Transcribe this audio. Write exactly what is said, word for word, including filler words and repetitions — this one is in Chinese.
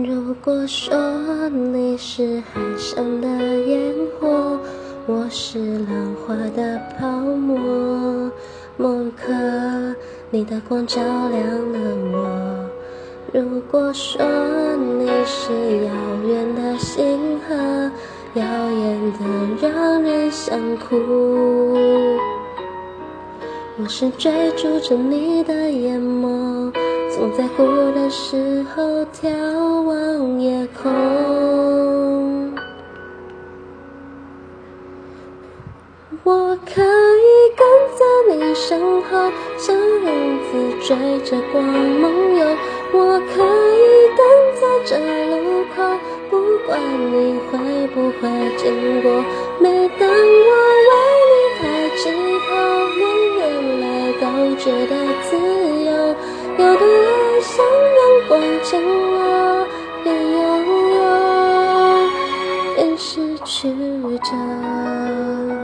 如果说你是海上的烟火，我是浪花的泡沫，某一刻你的光照亮了我。如果说你是遥远的星河，耀眼的让人想哭，我是追逐着你的眼眸，总在孤单时候眺望夜空。我可以跟在你身后，像影子追着光梦游。我可以等在这路口，不管你会不会经过。每当我为你抬起头，连眼泪都觉得自由。有的爱像阳光倾落，边拥有边失去着。